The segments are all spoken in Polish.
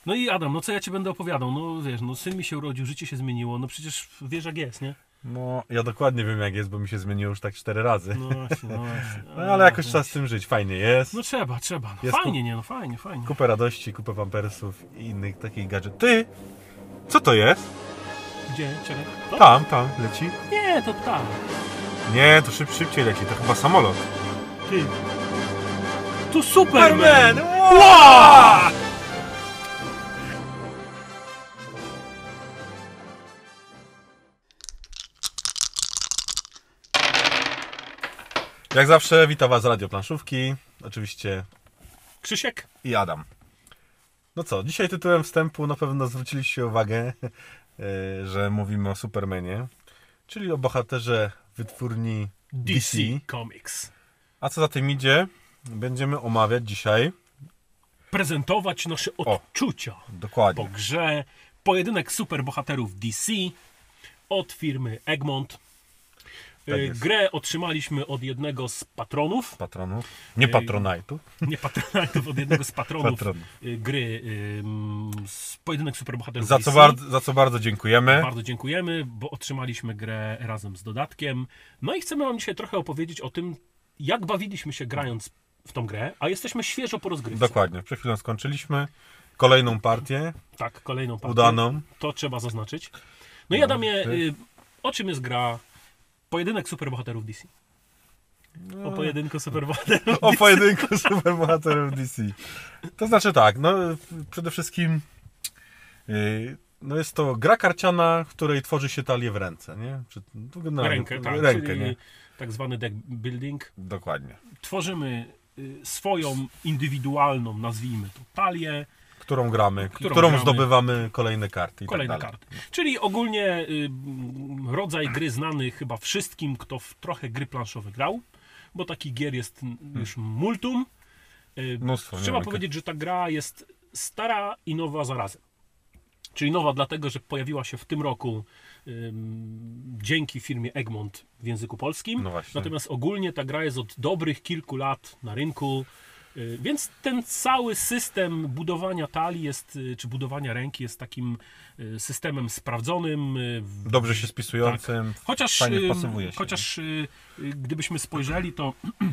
No i Adam, no co ja ci będę opowiadał? No wiesz, no syn mi się urodził, życie się zmieniło, no przecież wiesz jak jest, nie? No, ja dokładnie wiem jak jest, bo mi się zmieniło już tak 4 razy. No właśnie, no właśnie. No, ale jakoś trzeba z tym żyć, fajnie jest. No trzeba. No, Jest fajnie, nie? No fajnie. Kupę radości, kupę pampersów i innych takich gadżetów. Ty! Co to jest? Gdzie? Czekaj. To? Tam leci. Nie, to ptak. Nie, to szybciej leci, to chyba samolot. Ty. Tu Superman! Wow! Jak zawsze witam Was z Radio Planszówki. Oczywiście Krzysiek? i Adam. No co, dzisiaj tytułem wstępu na pewno zwróciliście uwagę, że mówimy o Supermanie, czyli o bohaterze wytwórni DC. Comics. A co za tym idzie, będziemy omawiać dzisiaj... Prezentować nasze odczucia Dokładnie. po grze. Pojedynek superbohaterów DC od firmy Egmont. Tak Grę otrzymaliśmy od jednego z patronów. Nie Patronite'u. Nie patronów, od jednego z patronów gry z Pojedynek superbohaterów DC. Za co bardzo dziękujemy. Bardzo dziękujemy, bo otrzymaliśmy grę razem z dodatkiem. No i chcemy Wam dzisiaj trochę opowiedzieć o tym, jak bawiliśmy się grając w tą grę, a jesteśmy świeżo po rozgrywce. Dokładnie, przed chwilą skończyliśmy kolejną partię. Tak, kolejną partię. Udaną. To trzeba zaznaczyć. No i Adamie, o czym jest gra Pojedynek superbohaterów DC? O pojedynku superbohaterów O pojedynku superbohaterów DC. To znaczy tak, no przede wszystkim no jest to gra karciana, w której tworzy się talię w ręce, nie? Rękę, tak. Rękę, czyli nie? tak zwany deck building. Dokładnie. Tworzymy swoją indywidualną, nazwijmy to, talię, którą gramy, którą zdobywamy kolejne karty. Kolejne karty. Czyli ogólnie rodzaj gry znany chyba wszystkim, kto w trochę gry planszowe grał, bo takich gier jest już multum. Mnóstwo. Trzeba powiedzieć, że ta gra jest stara i nowa zarazem. Czyli nowa dlatego, że pojawiła się w tym roku dzięki firmie Egmont w języku polskim. No właśnie. Natomiast ogólnie ta gra jest od dobrych kilku lat na rynku. Więc ten cały system budowania talii jest, czy budowania ręki jest takim systemem sprawdzonym. Dobrze się spisującym, tak. fajnie wpasowuje się. Chociaż gdybyśmy spojrzeli, to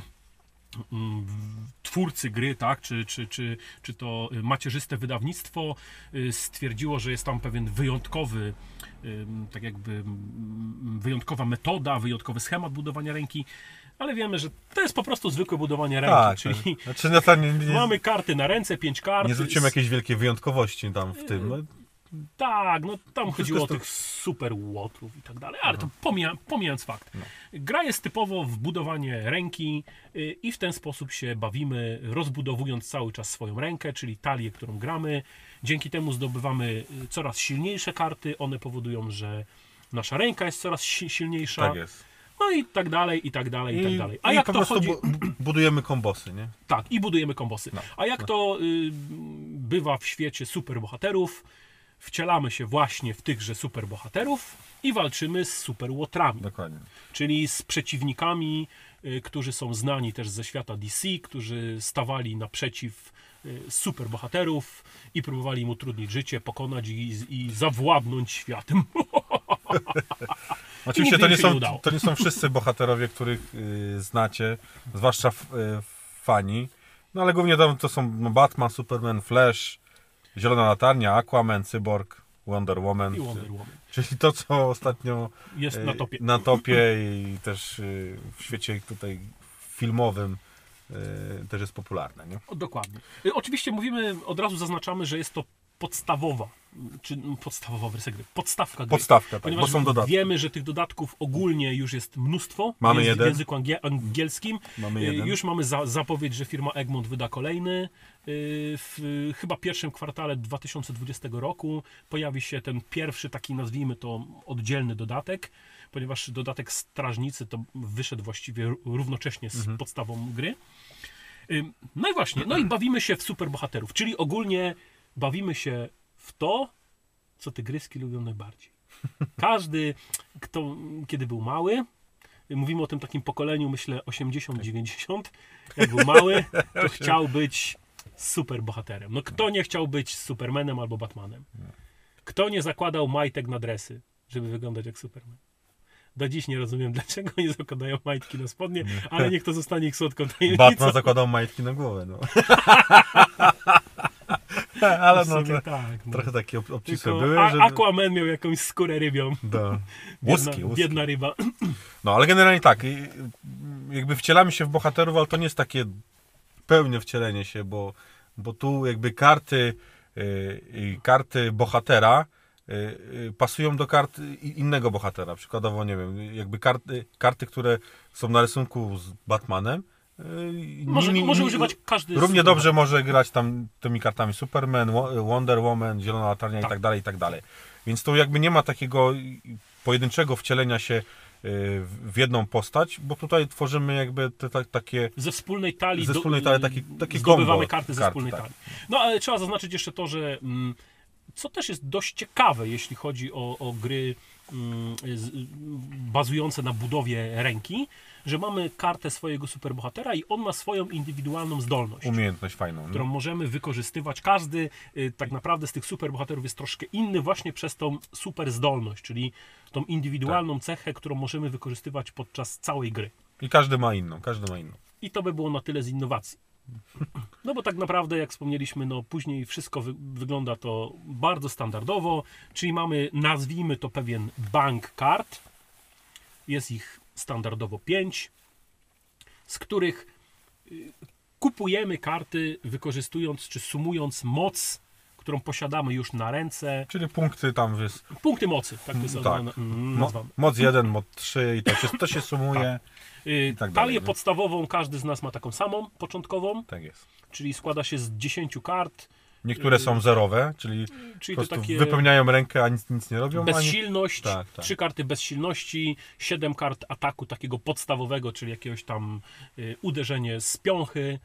twórcy gry, tak, czy to macierzyste wydawnictwo stwierdziło, że jest tam pewien wyjątkowy, tak jakby wyjątkowa metoda, wyjątkowy schemat budowania ręki. Ale wiemy, że to jest po prostu zwykłe budowanie ręki, tak, czyli znaczy, mamy karty na ręce, 5 kart. Nie zwrócimy jakiejś wielkiej wyjątkowości tam w tym. No. Tak, no tam chodziło o tych super łotrów i tak dalej, ale to pomijając fakt. No. Gra jest typowo w budowanie ręki i w ten sposób się bawimy, rozbudowując cały czas swoją rękę, czyli talię, którą gramy. Dzięki temu zdobywamy coraz silniejsze karty, one powodują, że nasza ręka jest coraz silniejsza. Tak jest. No i tak dalej, i tak dalej, i tak dalej. A i jak po to prostu chodzi... budujemy kombosy, nie? Tak, i budujemy kombosy. No. A jak to bywa w świecie superbohaterów, wcielamy się właśnie w tychże superbohaterów i walczymy z superłotrami. Dokładnie. Czyli z przeciwnikami, którzy są znani też ze świata DC, którzy stawali naprzeciw superbohaterów i próbowali im utrudnić życie, pokonać i zawładnąć światem. Oczywiście to nie są wszyscy bohaterowie, których znacie, zwłaszcza fani, no ale głównie tam to są Batman, Superman, Flash, Zielona Latarnia, Aquaman, Cyborg, Wonder Woman. I Wonder Woman. Czyli to, co ostatnio jest na topie i też w świecie tutaj filmowym też jest popularne. Nie? Dokładnie. Oczywiście mówimy, od razu zaznaczamy, że jest to podstawowa wersja gry. Podstawka gry. Podstawka, tak, bo są dodatki. Wiemy, że tych dodatków ogólnie już jest mnóstwo. Mamy w jeden. języku angielskim. Mamy jeden. Już mamy zapowiedź, że firma Egmont wyda kolejny. W chyba pierwszym kwartale 2020 roku pojawi się ten pierwszy taki, nazwijmy to, oddzielny dodatek, ponieważ dodatek Strażnicy to wyszedł właściwie równocześnie z podstawą gry. No i właśnie, no i bawimy się w superbohaterów, czyli ogólnie bawimy się w to, co tygryski lubią najbardziej. Każdy, kto kiedy był mały, mówimy o tym takim pokoleniu, myślę 80-90, jak był mały, to chciał być super bohaterem. No kto nie chciał być Supermanem albo Batmanem? Kto nie zakładał majtek na dresy, żeby wyglądać jak Superman? Do dziś nie rozumiem, dlaczego nie zakładają majtki na spodnie, ale niech to zostanie ich słodką tajemnicą. Batman zakładał majtki na głowę, no. Ale no, tak, no. trochę takie obcisłe Tylko były, że... Aquaman miał jakąś skórę rybią. Łuski. Biedna ryba. No, ale generalnie tak, jakby wcielamy się w bohaterów, ale to nie jest takie pełne wcielenie się, bo tu jakby karty bohatera pasują do kart innego bohatera. Przykładowo, nie wiem, jakby karty, które są na rysunku z Batmanem, może używać każdy. Równie dobrze może grać tam tymi kartami Superman, Wonder Woman, Zielona Latarnia tak. i tak dalej. Więc tu jakby nie ma takiego pojedynczego wcielenia się w jedną postać, bo tutaj tworzymy jakby takie... Ze wspólnej talii takie zdobywamy combo karty ze wspólnej talii. No ale trzeba zaznaczyć jeszcze to, że co też jest dość ciekawe, jeśli chodzi o gry bazujące na budowie ręki, że mamy kartę swojego superbohatera i on ma swoją indywidualną zdolność. Umiejętność fajną. Którą możemy wykorzystywać. Każdy tak naprawdę z tych superbohaterów jest troszkę inny właśnie przez tą super zdolność, czyli tą indywidualną cechę, którą możemy wykorzystywać podczas całej gry. I każdy ma inną. I to by było na tyle z innowacji. No bo tak naprawdę, jak wspomnieliśmy, no później wszystko wygląda to bardzo standardowo, czyli mamy, nazwijmy to pewien bank kart. Jest ich standardowo 5, z których kupujemy karty wykorzystując czy sumując moc, którą posiadamy już na ręce. Czyli punkty tam Punkty mocy, tak to jest nazwane. Moc 1, moc 3 i to się sumuje. Tak. Talię podstawową każdy z nas ma taką samą, początkową. Tak jest. Czyli składa się z 10 kart. Niektóre są zerowe, czyli po prostu takie wypełniają rękę, a nic nie robią. Bezsilność, 3 karty bezsilności, 7 kart ataku takiego podstawowego, czyli jakiegoś tam uderzenie z piąchy.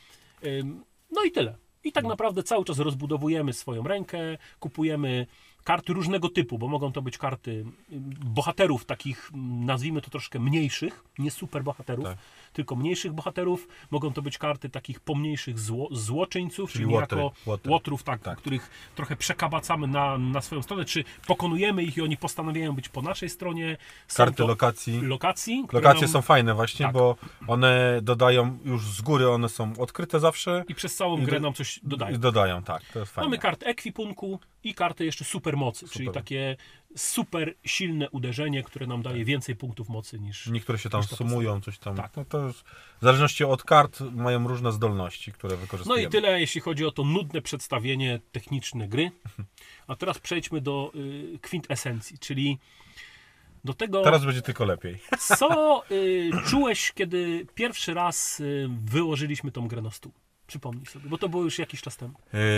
No i tyle. I tak naprawdę cały czas rozbudowujemy swoją rękę, kupujemy karty różnego typu, bo mogą to być karty bohaterów takich, nazwijmy to troszkę mniejszych, nie super bohaterów, tylko mniejszych bohaterów. Mogą to być karty takich pomniejszych złoczyńców, czyli niejako łotrów, których trochę przekabacamy na swoją stronę, czy pokonujemy ich i oni postanawiają być po naszej stronie. Są karty lokacji. Lokacje są fajne właśnie, bo one dodają już z góry, one są odkryte zawsze. I przez całą grę nam coś dodają. Dodają, tak. To jest fajne. Mamy kartę ekwipunku i kartę jeszcze supermocy, czyli takie super silne uderzenie, które nam daje więcej punktów mocy niż... Niektóre się tam sumują, coś tam. Tak. No to już, w zależności od kart mają różne zdolności, które wykorzystujemy. No i tyle, jeśli chodzi o to nudne przedstawienie techniczne gry. A teraz przejdźmy do kwintesencji, czyli do tego... Teraz będzie tylko lepiej. Co czułeś, kiedy pierwszy raz wyłożyliśmy tą grę na stół? Przypomnij sobie, bo to było już jakiś czas temu.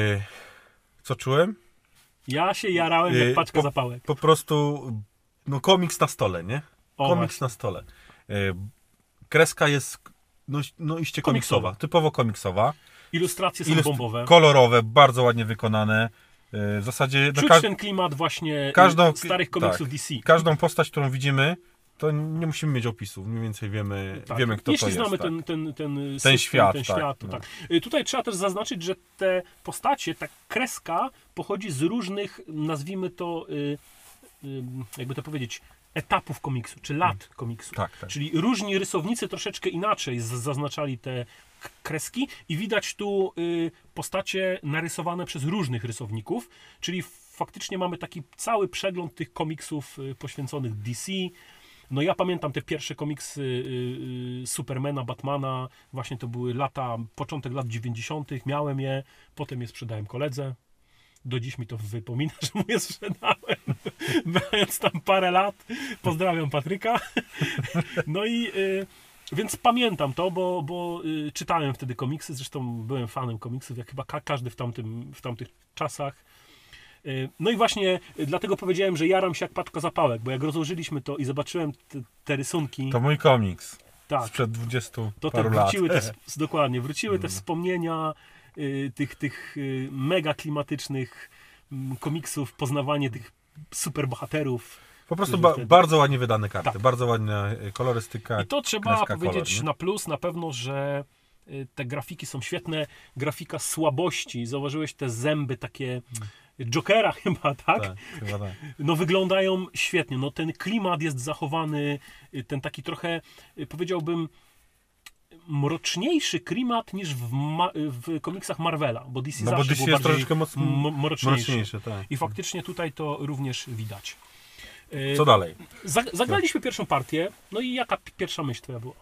Co czułem? Ja się jarałem jak paczka zapałek. Po prostu komiks na stole, nie? Komiks na stole. Kreska jest iście komiksowa. Typowo komiksowa. Ilustracje są bombowe. Kolorowe, bardzo ładnie wykonane. W zasadzie... Czuć ten klimat właśnie starych komiksów DC. Każdą postać, którą widzimy, to nie musimy mieć opisów. Mniej więcej wiemy kto Jeśli to jest. Jeśli znamy ten świat. Tak. Tutaj trzeba też zaznaczyć, że te postacie, ta kreska pochodzi z różnych, nazwijmy to, jakby to powiedzieć, etapów komiksu, czy lat komiksu. Tak. Czyli różni rysownicy troszeczkę inaczej zaznaczali te kreski i widać tu postacie narysowane przez różnych rysowników, czyli faktycznie mamy taki cały przegląd tych komiksów poświęconych DC. No ja pamiętam te pierwsze komiksy Supermana, Batmana, właśnie to były początek lat 90., miałem je, potem je sprzedałem koledze. Do dziś mi to wypomina, że mu je sprzedałem, mając tam parę lat. Pozdrawiam Patryka. No i więc pamiętam to, bo czytałem wtedy komiksy, zresztą byłem fanem komiksów, jak chyba każdy w tamtych czasach. No i właśnie dlatego powiedziałem, że jaram się jak paczka zapałek, bo jak rozłożyliśmy to i zobaczyłem te rysunki... To mój komiks. Tak. Sprzed 20 to paru lat. Dokładnie, wróciły te wspomnienia tych mega klimatycznych komiksów, poznawanie tych super bohaterów. Po prostu bardzo ładnie wydane karty, bardzo ładna kolorystyka. I to trzeba powiedzieć na plus na pewno, że Te grafiki są świetne. Grafika słabości. Zauważyłeś te zęby takie Jokera chyba, tak? Tak, chyba tak. No wyglądają świetnie. No ten klimat jest zachowany, ten taki trochę, powiedziałbym, mroczniejszy klimat niż w komiksach Marvela, bo DC No bo zawsze DC był jest bardziej troszeczkę mroczniejszy, tak. I faktycznie tutaj to również widać. Co dalej? Zagraliśmy pierwszą partię, no i jaka pierwsza myśl twoja była?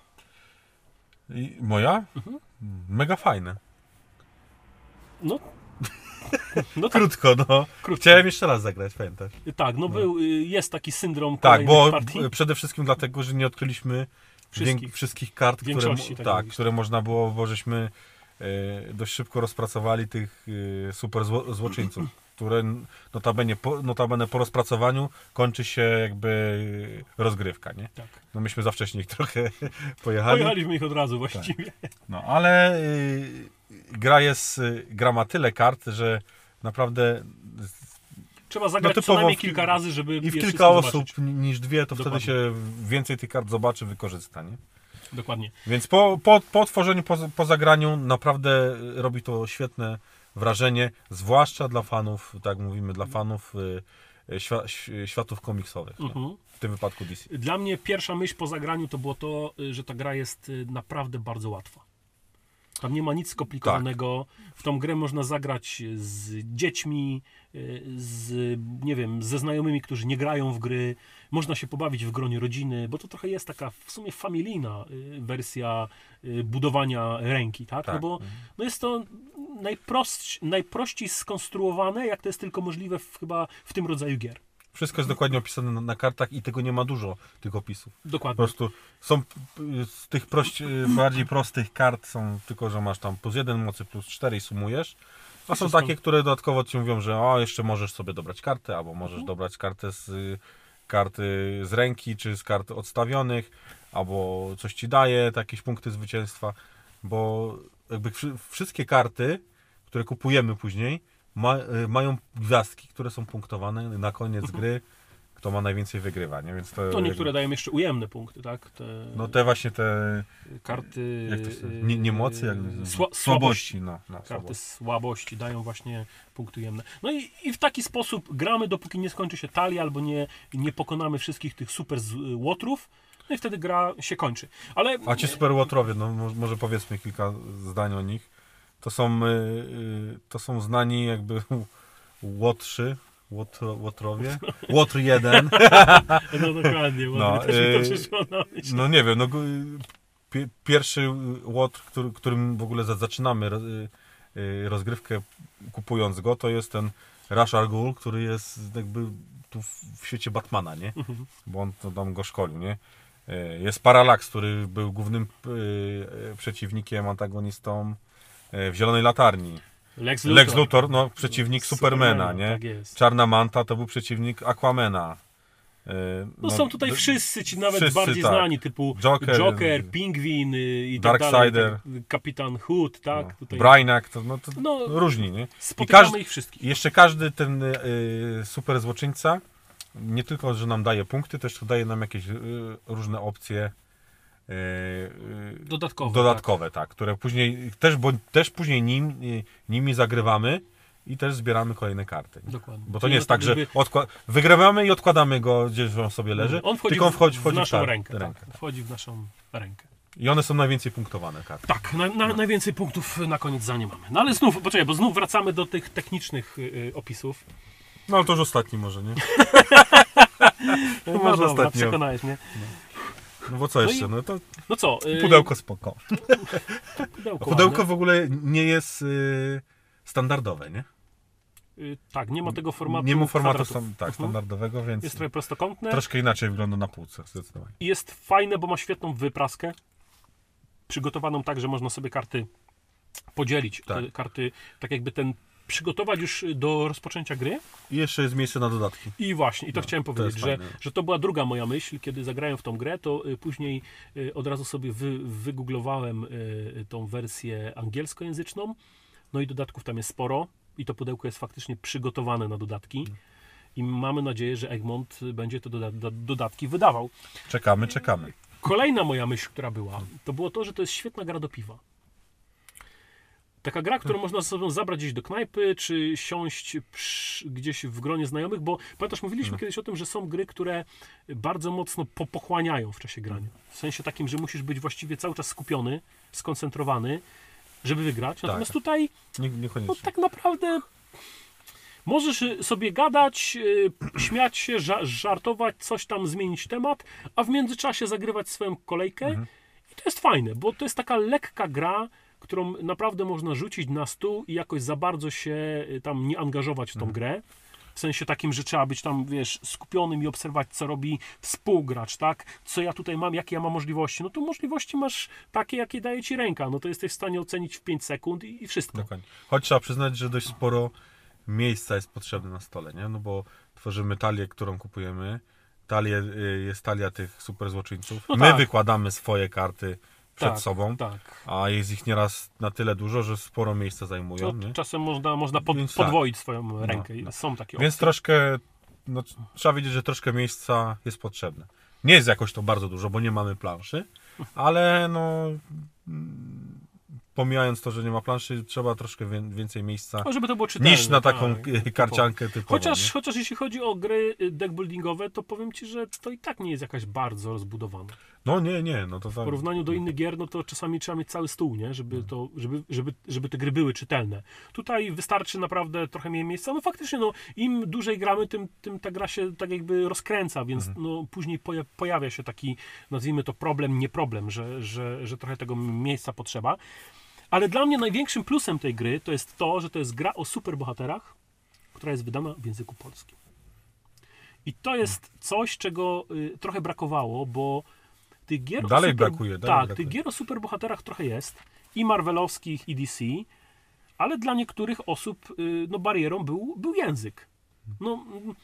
Moja? Mega fajne. No, no tak, Krótko, no. krótko. Chciałem jeszcze raz zagrać, pamiętasz? Tak, no jest taki syndrom Tak, kolejnych bo partii. przede wszystkim dlatego, że nie odkryliśmy wszystkich kart, Większości, które można było, bo żeśmy dość szybko rozpracowali tych super złoczyńców, które notabene po rozpracowaniu kończy się jakby rozgrywka, nie? Tak. No myśmy za wcześnie ich trochę pojechali. Pojechaliśmy ich od razu właściwie. No, ale gra ma tyle kart, że naprawdę Trzeba zagrać co typowo najmniej kilka razy, żeby i w je kilka wszystko osób zobaczyć. niż dwie, to Dokładnie. wtedy się więcej tych kart zobaczy, wykorzysta, nie? Dokładnie. Więc po otworzeniu, po zagraniu naprawdę robi to świetne wrażenie, zwłaszcza dla fanów, tak mówimy, dla fanów światów komiksowych, nie? W tym wypadku DC. Dla mnie pierwsza myśl po zagraniu to było to, że ta gra jest naprawdę bardzo łatwa. Tam nie ma nic skomplikowanego. W tą grę można zagrać z dziećmi, nie wiem, ze znajomymi, którzy nie grają w gry. Można się pobawić w gronie rodziny, bo to trochę jest taka w sumie familijna wersja budowania ręki, tak? Tak. No bo no jest to najprościej skonstruowane, jak to jest tylko możliwe chyba w tym rodzaju gier. Wszystko jest dokładnie opisane na kartach i tego nie ma dużo, tych opisów. Po Dokładnie. prostu są z tych bardziej prostych kart są tylko, że masz tam +1 mocy, +4 i sumujesz. A są takie, które dodatkowo ci mówią, że jeszcze możesz sobie dobrać kartę, albo możesz dobrać kartę karty z ręki, czy z kart odstawionych, albo coś ci daje, jakieś punkty zwycięstwa, bo jakby wszystkie karty, które kupujemy później, mają gwiazdki, które są punktowane na koniec gry, kto ma najwięcej wygrywa, nie? Więc To niektóre dają jeszcze ujemne punkty, tak? No te właśnie te karty jak to się, nie mocy, jak słabości. No, Karty słabości. słabości dają właśnie punkty ujemne. No i w taki sposób gramy, dopóki nie skończy się talia, albo nie pokonamy wszystkich tych super łotrów. No i wtedy gra się kończy. Ale A ci super łotrowie, no może powiedzmy kilka zdań o nich. To są znani jakby łotrzy, łotrowie, łotr 1. no dokładnie, No, też mi to przyszło na myśl. no nie wiem, pierwszy łotr, którym w ogóle zaczynamy rozgrywkę kupując go, to jest ten Ra's al Ghul, który jest jakby tu w świecie Batmana, nie? Bo on to tam go szkolił, nie? Jest Parallax, który był głównym przeciwnikiem, antagonistą w Zielonej Latarni. Lex Luthor, no, przeciwnik Supermana, nie? Tak jest. Czarna Manta to był przeciwnik Aquamana. No są tutaj wszyscy ci nawet wszyscy, bardziej tak. znani, typu Joker, Pingwin i tak Darksider. dalej. Tak, Kapitan Hood, tak? Tutaj Brainiac, to No, różni, nie? spotykamy ich wszystkich. Jeszcze każdy ten super złoczyńca nie tylko, że nam daje punkty, też daje nam jakieś różne opcje dodatkowe, tak, które później też później nimi zagrywamy i też zbieramy kolejne karty. Nie? Dokładnie. Bo to nie jest tak, że wygrywamy i odkładamy go gdzieś on sobie leży, On wchodzi tylko on wchodzi w naszą tak, rękę. Tak, wchodzi w naszą rękę. I one są najwięcej punktowane karty. Tak, najwięcej punktów na koniec za nie mamy. No ale znów, poczekaj, bo znów wracamy do tych technicznych opisów. No ale to już ostatni może, nie? No może dobra, ostatnio. przekonałeś mnie. No bo co jeszcze? No co? Pudełko spoko. Pudełko ładne. w ogóle nie jest standardowe, nie? Tak, nie ma tego formatu. Nie ma formatu kwadratów. standardowego, więc Jest trochę prostokątne. troszkę inaczej wygląda na półce, zdecydowanie. I jest fajne, bo ma świetną wypraskę. Przygotowaną tak, że można sobie karty podzielić. Tak. Te karty, tak jakby przygotować już do rozpoczęcia gry. I jeszcze jest miejsce na dodatki. I właśnie, to chciałem powiedzieć, jest fajne. że to była druga moja myśl, kiedy zagrałem w tą grę, to później od razu sobie wygooglowałem tą wersję angielskojęzyczną, no i dodatków tam jest sporo i to pudełko jest faktycznie przygotowane na dodatki i mamy nadzieję, że Egmont będzie te dodatki wydawał. Czekamy. Kolejna moja myśl, która była, to było to, że to jest świetna gra do piwa. Taka gra, którą można ze sobą zabrać gdzieś do knajpy, czy siąść gdzieś w gronie znajomych, bo pamiętasz, mówiliśmy kiedyś o tym, że są gry, które bardzo mocno pochłaniają w czasie grania. W sensie takim, że musisz być właściwie cały czas skupiony, skoncentrowany, żeby wygrać. Natomiast tutaj Niekoniecznie. no, tak naprawdę możesz sobie gadać, śmiać się, żartować, coś tam, zmienić temat, a w międzyczasie zagrywać swoją kolejkę. I to jest fajne, bo to jest taka lekka gra, którą naprawdę można rzucić na stół i jakoś za bardzo się tam nie angażować w tą grę. W sensie takim, że trzeba być tam, wiesz, skupionym i obserwować, co robi współgracz, tak? Co ja tutaj mam, jakie ja mam możliwości. No to możliwości masz takie, jakie daje ci ręka. No to jesteś w stanie ocenić w 5 sekund i wszystko. Dokładnie. Choć trzeba przyznać, że dość sporo miejsca jest potrzebne na stole, nie? No bo tworzymy talię, którą kupujemy. Jest talia tych super złoczyńców. No My tak. wykładamy swoje karty przed Tak, sobą, tak. a jest ich nieraz na tyle dużo, że sporo miejsca zajmują. No, Nie? czasem można Więc tak. podwoić swoją rękę. No. Są takie Więc opcje. troszkę, no, trzeba wiedzieć, że troszkę miejsca jest potrzebne. Nie jest jakoś to bardzo dużo, bo nie mamy planszy, ale no, pomijając to, że nie ma planszy, trzeba troszkę więcej miejsca No, żeby to było czytelne. niż na taką tak, karciankę typową. Chociaż jeśli chodzi o gry deckbuildingowe, to powiem ci, że to i tak nie jest jakaś bardzo rozbudowana. No nie, no to W tak. porównaniu do innych gier, no to czasami trzeba mieć cały stół, nie? Żeby te gry były czytelne. Tutaj wystarczy naprawdę trochę mniej miejsca. No faktycznie, no, im dłużej gramy, tym ta gra się tak jakby rozkręca, więc no, później pojawia się taki, nazwijmy to problem, nie problem, że trochę tego miejsca potrzeba. Ale dla mnie największym plusem tej gry to jest to, że to jest gra o superbohaterach, która jest wydana w języku polskim. I to jest coś, czego trochę brakowało, bo tych gier Dalej o brakuje. tych gier o superbohaterach trochę jest. I marvelowskich, i DC, ale dla niektórych osób no, barierą był język. No,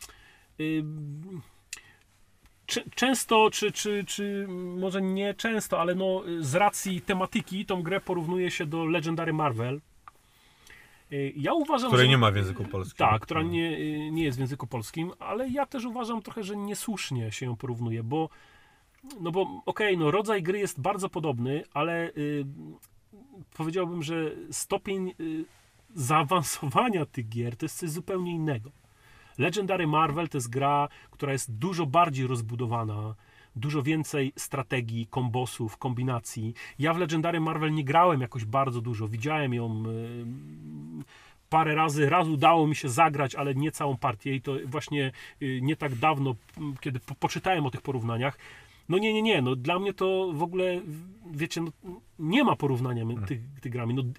często, czy może nie często, ale no, z racji tematyki tą grę porównuje się do Legendary Marvel. Ja uważam, Której że nie ma w języku polskim. tak, która nie jest w języku polskim, ale ja też uważam trochę, że niesłusznie się ją porównuje, bo okej, no rodzaj gry jest bardzo podobny, ale powiedziałbym, że stopień zaawansowania tych gier to jest coś zupełnie innego. Legendary Marvel to jest gra, która jest dużo bardziej rozbudowana, dużo więcej strategii, kombosów, kombinacji. Ja w Legendary Marvel nie grałem jakoś bardzo dużo, widziałem ją parę razy, raz udało mi się zagrać, ale nie całą partię i to właśnie nie tak dawno, kiedy poczytałem o tych porównaniach. No nie, no dla mnie to w ogóle, wiecie, no, nie ma porównania tych grami. No,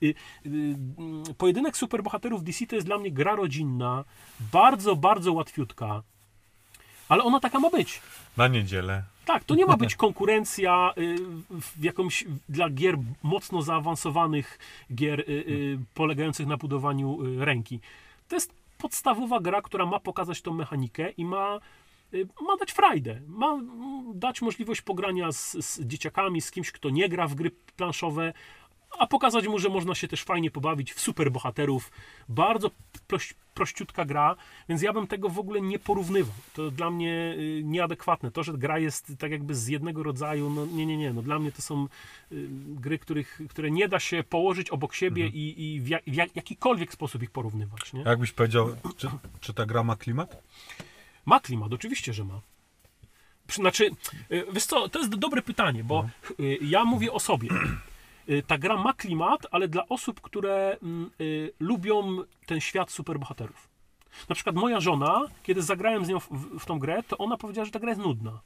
pojedynek superbohaterów DC to jest dla mnie gra rodzinna, bardzo, bardzo łatwiutka, ale ona taka ma być. Na niedzielę. Tak, to nie ma być konkurencja w jakąś dla gier mocno zaawansowanych gier polegających na budowaniu ręki. To jest podstawowa gra, która ma pokazać tą mechanikę i ma dać frajdę, ma dać możliwość pogrania z dzieciakami, z kimś, kto nie gra w gry planszowe, a pokazać mu, że można się też fajnie pobawić w superbohaterów. Bardzo prościutka gra, więc ja bym tego w ogóle nie porównywał. To dla mnie nieadekwatne. To, że gra jest tak jakby z jednego rodzaju, no nie. No dla mnie to są gry, które nie da się położyć obok siebie i w jakikolwiek sposób ich porównywać. Nie? Jakbyś powiedział, czy ta gra ma klimat? Ma klimat, oczywiście, że ma. Znaczy, wiesz co, to jest dobre pytanie, bo ja mówię o sobie. Ta gra ma klimat, ale dla osób, które lubią ten świat superbohaterów. Na przykład moja żona, kiedy zagrałem z nią w tą grę, to ona powiedziała, że ta gra jest nudna.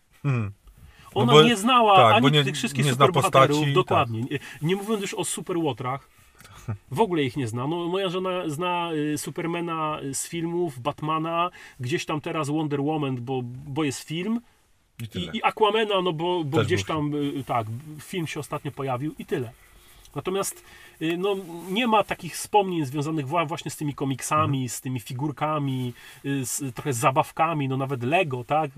Ona bo- nie znała tak, bo ani nie- tych wszystkich nie zna superbohaterów, postaci, dokładnie. Nie mówiąc już o superłotrach. W ogóle ich nie zna. No, moja żona zna Supermana z filmów, Batmana, gdzieś tam teraz Wonder Woman, bo jest film. I tyle. I Aquamana, no bo Też gdzieś był tam, tak, film się ostatnio pojawił i tyle. Natomiast no, nie ma takich wspomnień związanych właśnie z tymi komiksami, z tymi figurkami, trochę z zabawkami, no nawet Lego, tak,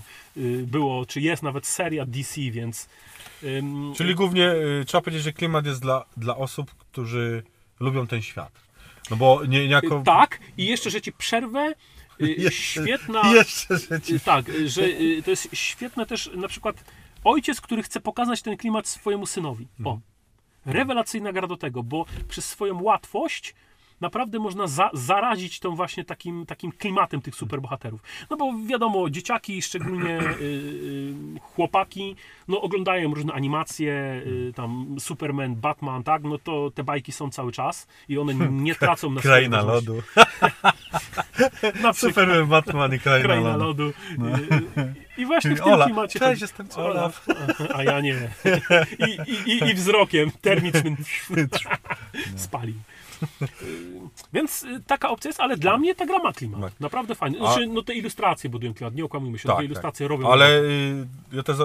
było, czy jest nawet seria DC, więc... Czyli głównie trzeba powiedzieć, że klimat jest dla osób, którzy lubią ten świat. No bo niejako... Tak, i jeszcze, że ci przerwę, świetna... Jeszcze, że ci... Tak, że to jest świetne też na przykład ojciec, który chce pokazać ten klimat swojemu synowi. O, Rewelacyjna gra do tego, bo przez swoją łatwość naprawdę można zarazić tą właśnie takim klimatem tych superbohaterów. No bo wiadomo, dzieciaki, szczególnie chłopaki, no oglądają różne animacje, tam Superman, Batman, tak, no to te bajki są cały czas i one nie tracą na swojej Kraina ważności. lodu. Na przykład Superman, Batman i Kraina Kraina lodu. lodu. I właśnie w tym Olaf. klimacie... Cześć, jestem Olaf. A ja nie. I wzrokiem termicznym spalił. Więc taka opcja jest, ale dla mnie ta gra ma klimat. Naprawdę fajnie. Znaczy, no te ilustracje budują klimat, nie okłamujmy się. Tak, te ilustracje robią... Ale ja też...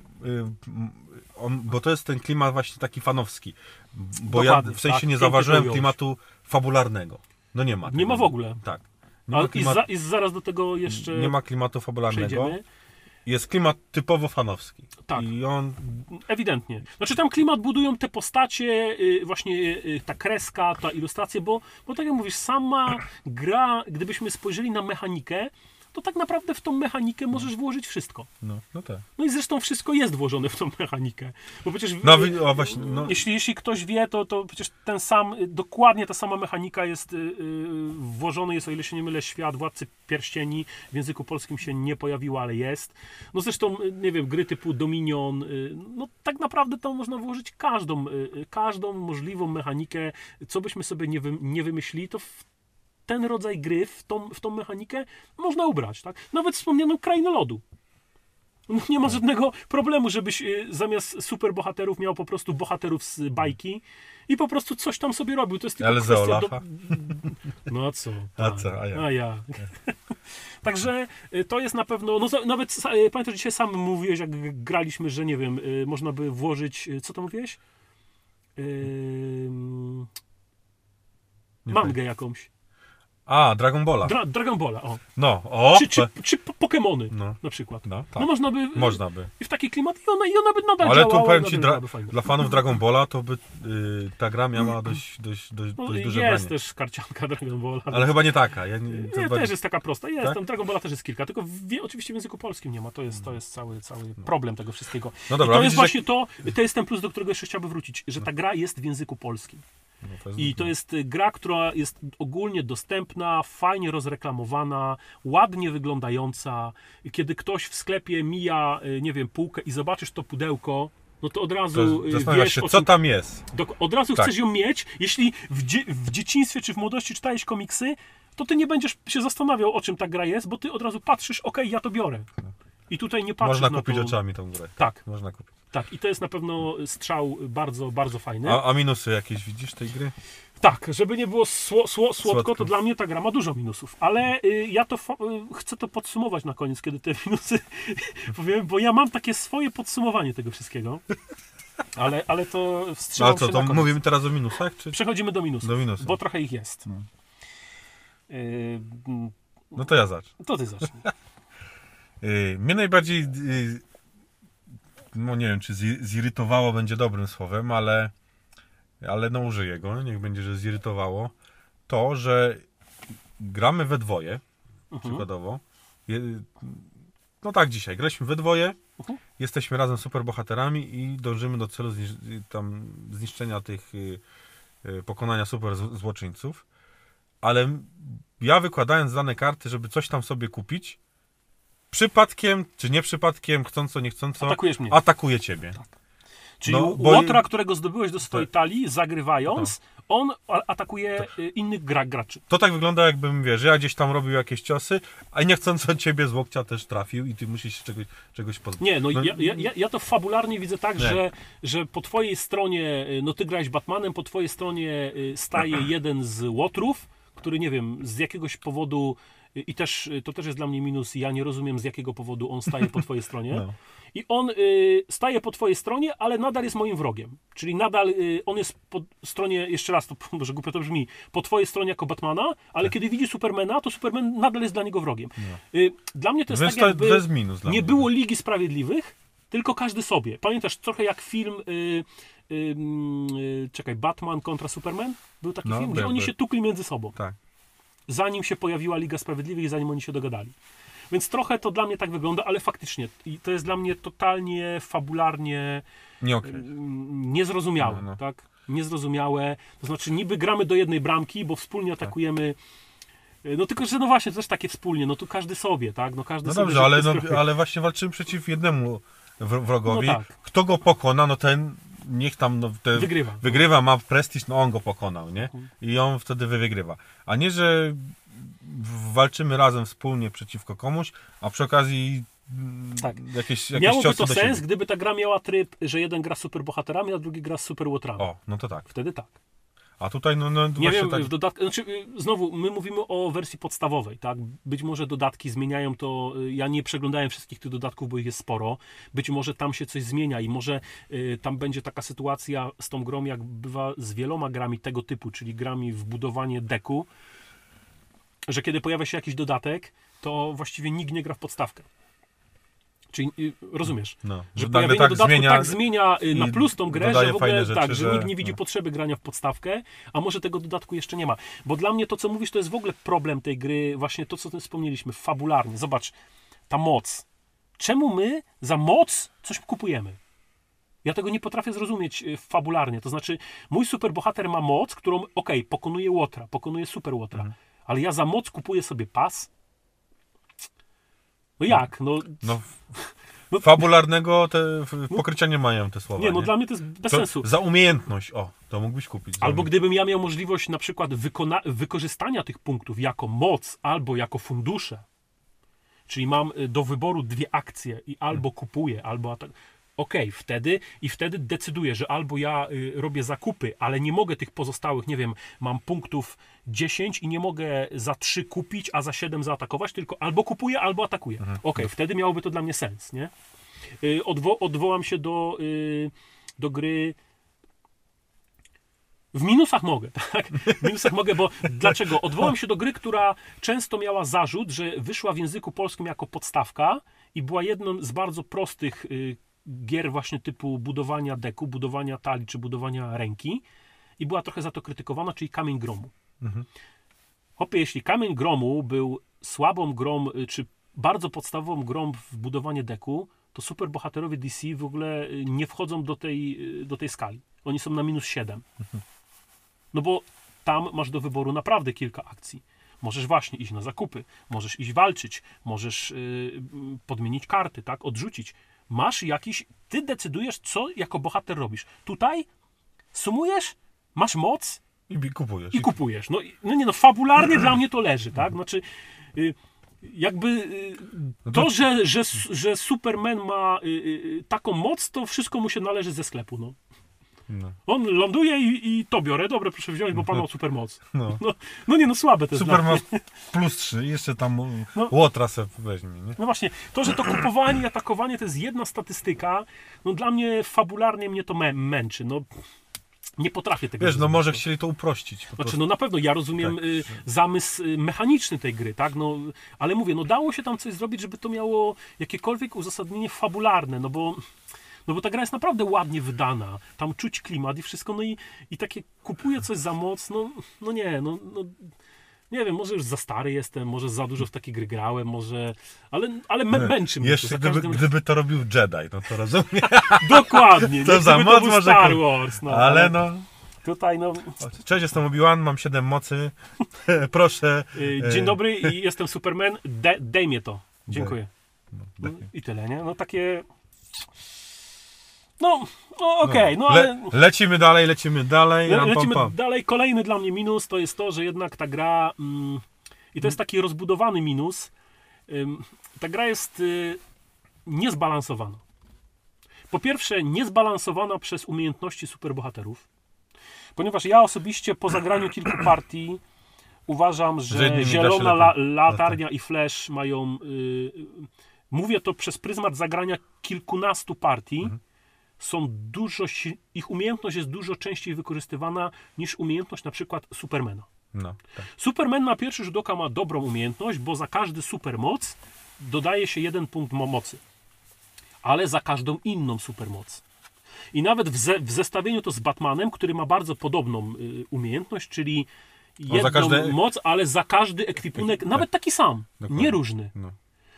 bo to jest ten klimat właśnie taki fanowski. Bo Dokładnie, ja w sensie tak, nie zauważyłem pięknie to klimatu fabularnego. No nie ma. Nie ma w ogóle. Tak. Ale i zaraz do tego jeszcze Nie ma klimatu fabularnego. przejdziemy. Jest klimat typowo fanowski. Tak. I on... Ewidentnie. Znaczy tam klimat budują te postacie, właśnie ta kreska, ta ilustracja, bo tak jak mówisz, sama gra, gdybyśmy spojrzeli na mechanikę, to tak naprawdę w tą mechanikę możesz włożyć wszystko. No tak. No i zresztą wszystko jest włożone w tą mechanikę. Bo przecież właśnie, jeśli ktoś wie, to przecież dokładnie ta sama mechanika jest włożony, jest, o ile się nie mylę, Świat Władcy Pierścieni. W języku polskim się nie pojawiło, ale jest. No zresztą, nie wiem, gry typu Dominion, no tak naprawdę tam można włożyć każdą możliwą mechanikę, co byśmy sobie nie wymyślili, to w ten rodzaj gry, w tą mechanikę można ubrać, tak? Nawet wspomnianą Krainę Lodu. No, nie ma żadnego problemu, żebyś zamiast superbohaterów miał po prostu bohaterów z bajki i po prostu coś tam sobie robił. To jest tylko Ale za Olafa? No a co? A Tak. co? A ja. Także to jest na pewno, no nawet pamiętasz, dzisiaj sam mówiłeś, jak graliśmy, że nie wiem, można by włożyć, co to mówiłeś? Mangę jakąś. A, Dragon Balla. Dragon Balla, o. No, Czy Pokemony na przykład. No można by. Można by. I w taki klimat i ona by nadal Ale działała. tu powiem ci, byłaby fajna. dla fanów Dragon Balla to by ta gra miała dość duże jest branie. też karcianka Dragon Balla. Ale chyba nie taka. Też jest taka prosta. Jest, tak? tam Dragon Balla też jest kilka, tylko oczywiście w języku polskim nie ma. To jest cały problem tego wszystkiego. No dobra, I to jest widzisz, właśnie to jest ten plus, do którego jeszcze chciałbym wrócić, że ta gra jest w języku polskim. I to jest gra, która jest ogólnie dostępna, fajnie rozreklamowana, ładnie wyglądająca. Kiedy ktoś w sklepie mija, nie wiem, półkę i zobaczysz to pudełko, no to od razu zastanawiasz się, co tam jest. Od razu chcesz ją mieć. Jeśli w dzieciństwie czy w młodości czytałeś komiksy, to ty nie będziesz się zastanawiał, o czym ta gra jest, bo ty od razu patrzysz, okej, ja to biorę. I tutaj nie patrzysz Można na kupić to... oczami tą grę. Tak. Można kupić. Tak, i to jest na pewno strzał bardzo, bardzo fajny. A minusy jakieś widzisz tej gry? Tak, żeby nie było słodko, to dla mnie ta gra ma dużo minusów, ale ja to chcę to podsumować na koniec, kiedy te minusy powiem, bo ja mam takie swoje podsumowanie tego wszystkiego, ale to wstrzymam się na koniec. Mówimy teraz o minusach? Czy... Przechodzimy do minusów, bo trochę ich jest. No to ja zacznę. To ty zacznij. Mnie najbardziej, no nie wiem, czy zirytowało będzie dobrym słowem, ale no użyję go, niech będzie, że zirytowało, to, że gramy we dwoje, przykładowo. No tak dzisiaj, graliśmy we dwoje, jesteśmy razem superbohaterami i dążymy do celu zniszczenia tych, pokonania super złoczyńców, ale ja wykładając dane karty, żeby coś tam sobie kupić, przypadkiem, czy nie przypadkiem, chcąco, niechcąco, atakujesz mnie. Atakuje ciebie. Tak. Czyli Łotra, którego zdobyłeś do swojej talii, zagrywając, on atakuje innych graczy. To tak wygląda, jakbym, wiesz, ja gdzieś tam robił jakieś ciosy, a niechcąco ciebie z łokcia też trafił i ty musisz się czegoś pozbyć. Nie, ja to fabularnie widzę tak, że po twojej stronie, no ty grałeś Batmanem, po twojej stronie staje jeden z Łotrów, który, nie wiem, z jakiegoś powodu, i to też jest dla mnie minus, ja nie rozumiem, z jakiego powodu on staje po twojej stronie. No. I on staje po twojej stronie, ale nadal jest moim wrogiem. Czyli nadal on jest po stronie, jeszcze raz, to może głupio to brzmi, po twojej stronie jako Batmana, ale kiedy widzi Supermana, to Superman nadal jest dla niego wrogiem. No. Dla mnie to jest tak, jakby to jest minus dla nie mnie. było Ligi Sprawiedliwych, tylko każdy sobie. Pamiętasz trochę jak film Batman kontra Superman? Był taki film, gdzie oni się tukli między sobą. Tak. Zanim się pojawiła Liga Sprawiedliwych i zanim oni się dogadali. Więc trochę to dla mnie tak wygląda, ale faktycznie to jest dla mnie totalnie fabularnie Nie okej. niezrozumiałe, No. tak? Niezrozumiałe. To znaczy niby gramy do jednej bramki, bo wspólnie atakujemy. No tylko, że no właśnie, to też takie wspólnie, no tu każdy sobie, tak? No każdy No sobie dobrze, ale, trochę... ale właśnie walczymy przeciw jednemu wrogowi. No tak. Kto go pokona, no ten niech tam wygrywa, ma prestiż, no on go pokonał, nie? I on wtedy wygrywa. A nie, że walczymy razem wspólnie przeciwko komuś, a przy okazji Tak. jakieś Miałoby ciosy to do sens, siebie. gdyby ta gra miała tryb, że jeden gra z superbohaterami, a drugi gra z superłotrami. O, no to tak. Wtedy tak. A tutaj no Nie właśnie wiem, tak. w dodatku, znaczy, znowu, my mówimy o wersji podstawowej, tak? Być może dodatki zmieniają to, ja nie przeglądałem wszystkich tych dodatków, bo ich jest sporo. Być może tam się coś zmienia i może tam będzie taka sytuacja z tą grą, jak bywa z wieloma grami tego typu, czyli grami w budowanie deku, że kiedy pojawia się jakiś dodatek, to właściwie nikt nie gra w podstawkę. Czyli rozumiesz, No, że nagle pojawienie tak dodatku zmienia tak zmienia na i plus tą grę, dodaje że w ogóle fajne rzeczy, tak, że nikt nie że- widzi no. potrzeby grania w podstawkę, a może tego dodatku jeszcze nie ma. Bo dla mnie to, co mówisz, to jest w ogóle problem tej gry, właśnie to, co wspomnieliśmy, fabularnie. Zobacz, ta moc. Czemu my za moc coś kupujemy? Ja tego nie potrafię zrozumieć fabularnie. To znaczy, mój superbohater ma moc, którą, pokonuje Łotra, pokonuje super Łotra, ale ja za moc kupuję sobie pas? No jak? No, No, No- fabularnego pokrycia nie mają te słowa. nie, no dla mnie to jest bez To sensu. za umiejętność, to mógłbyś kupić. Albo gdybym ja miał możliwość na przykład wykorzystania tych punktów jako moc, albo jako fundusze, czyli mam do wyboru dwie akcje i albo kupuję, albo wtedy decyduję, że albo ja robię zakupy, ale nie mogę tych pozostałych, nie wiem, mam punktów 10 i nie mogę za 3 kupić, a za 7 zaatakować, tylko albo kupuję, albo atakuję. Wtedy miałoby to dla mnie sens, nie? Odwołam się do gry. W minusach mogę, tak? W minusach mogę, bo dlaczego? Odwołam się do gry, która często miała zarzut, że wyszła w języku polskim jako podstawka i była jedną z bardzo prostych gier właśnie typu budowania deku, budowania talii czy budowania ręki i była trochę za to krytykowana, czyli Kamień Gromu. Hopie, jeśli Kamień Gromu był słabą grą, czy bardzo podstawową grą w budowanie deku, to superbohaterowie DC w ogóle nie wchodzą do tej skali. Oni są na -7. No bo tam masz do wyboru naprawdę kilka akcji. Możesz właśnie iść na zakupy, możesz iść walczyć, możesz podmienić karty, tak, odrzucić. Masz jakiś, ty decydujesz, co jako bohater robisz. Tutaj sumujesz, masz moc I kupujesz. i kupujesz. No fabularnie dla mnie to leży, tak? Znaczy, jakby to, że Superman ma taką moc, to wszystko mu się należy ze sklepu, no. No. On ląduje i to biorę. Dobra, proszę wziąć, bo pan ma supermoc. No. Słabe to jest. Super ma +3, jeszcze tam Łotra se weźmie, nie? No właśnie, to, że to kupowanie i atakowanie to jest jedna statystyka, no dla mnie fabularnie mnie to męczy. No, nie potrafię tego Wiesz, no zrozumieć. może chcieli to uprościć. Po Znaczy, prostu. no na pewno ja rozumiem Tak. zamysł mechaniczny tej gry, tak? No, ale mówię, no dało się tam coś zrobić, żeby to miało jakiekolwiek uzasadnienie fabularne, no bo ta gra jest naprawdę ładnie wydana, tam czuć klimat i wszystko, no i takie kupuję coś za moc, nie wiem, może już za stary jestem, może za dużo w takie gry grałem, może, ale męczy mnie to Jeszcze za każdym... gdyby to robił Jedi, no to rozumiem. Dokładnie, To nie? za Gdyby moc to był może Star kup- Wars, no, Ale no... tutaj, Cześć, jestem Obi-Wan, mam 7 mocy. Proszę. Dzień dobry, i jestem Superman, daj mnie to. Dziękuję. No, I tyle, nie? No takie... Okej, ale... Lecimy dalej. Ram, Lecimy pam, pam. dalej. Kolejny dla mnie minus to jest to, że jednak ta gra... I to jest taki rozbudowany minus. Ta gra jest niezbalansowana. Po pierwsze, niezbalansowana przez umiejętności superbohaterów. Ponieważ ja osobiście po zagraniu kilku partii uważam, Że że jednymi da się zielona lepiej. latarnia i Flash mają... mówię to przez pryzmat zagrania kilkunastu partii. Są ich umiejętność jest dużo częściej wykorzystywana niż umiejętność na przykład Supermana. No, tak. Superman na pierwszy rzut oka ma dobrą umiejętność, bo za każdy supermoc dodaje się 1 punkt mocy. Ale za każdą inną supermoc. I nawet w zestawieniu to z Batmanem, który ma bardzo podobną umiejętność, czyli jedną za każde- moc, ale za każdy ekwipunek, nawet taki sam, Dokładnie. nie różny. No.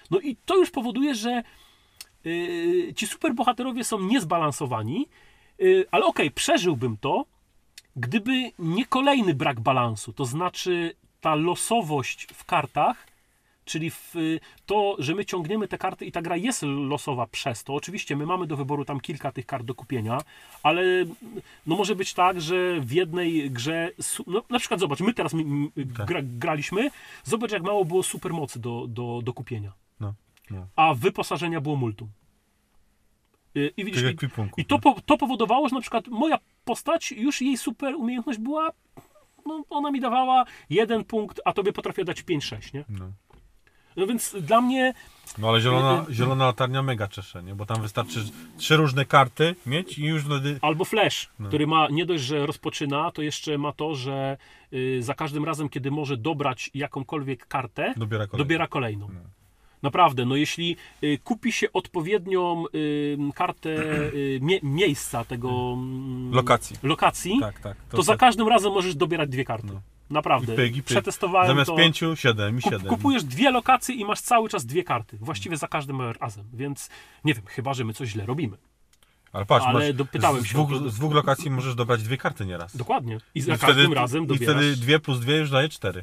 No i to już powoduje, że ci superbohaterowie są niezbalansowani, ale okej, przeżyłbym to, gdyby nie kolejny brak balansu, to znaczy ta losowość w kartach, czyli to, że my ciągniemy te karty i ta gra jest losowa przez to. Oczywiście my mamy do wyboru tam kilka tych kart do kupienia, ale no może być tak, że w jednej grze, no na przykład zobacz, my teraz graliśmy, zobacz jak mało było supermocy do kupienia. No. A wyposażenia było multum. I widzisz, ekwipunku, i to powodowało, że na przykład moja postać, już jej super umiejętność była, no ona mi dawała 1 punkt, a tobie potrafiła dać 5-6, nie? No więc dla mnie... No ale zielona latarnia mega czesze, nie? Bo tam wystarczy 3 różne karty mieć i już wtedy... Albo Flash, który ma nie dość, że rozpoczyna, to jeszcze ma to, że za każdym razem, kiedy może dobrać jakąkolwiek kartę, dobiera kolejną. No. Naprawdę, no jeśli kupi się odpowiednią kartę miejsca tego... Lokacji, tak. To za każdym razem możesz dobierać 2 karty. No. Naprawdę. Pyk. Przetestowałem Zamiast to. 5, 7 i 7. Kupujesz 2 lokacje i masz cały czas 2 karty. Właściwie za każdym razem. Więc nie wiem, chyba że my coś źle robimy. Ale patrz, dopytałem się. Z 2 lokacji możesz dobrać 2 karty nieraz. Dokładnie. I za każdym razem dobierasz. I wtedy 2 plus 2 już daje 4.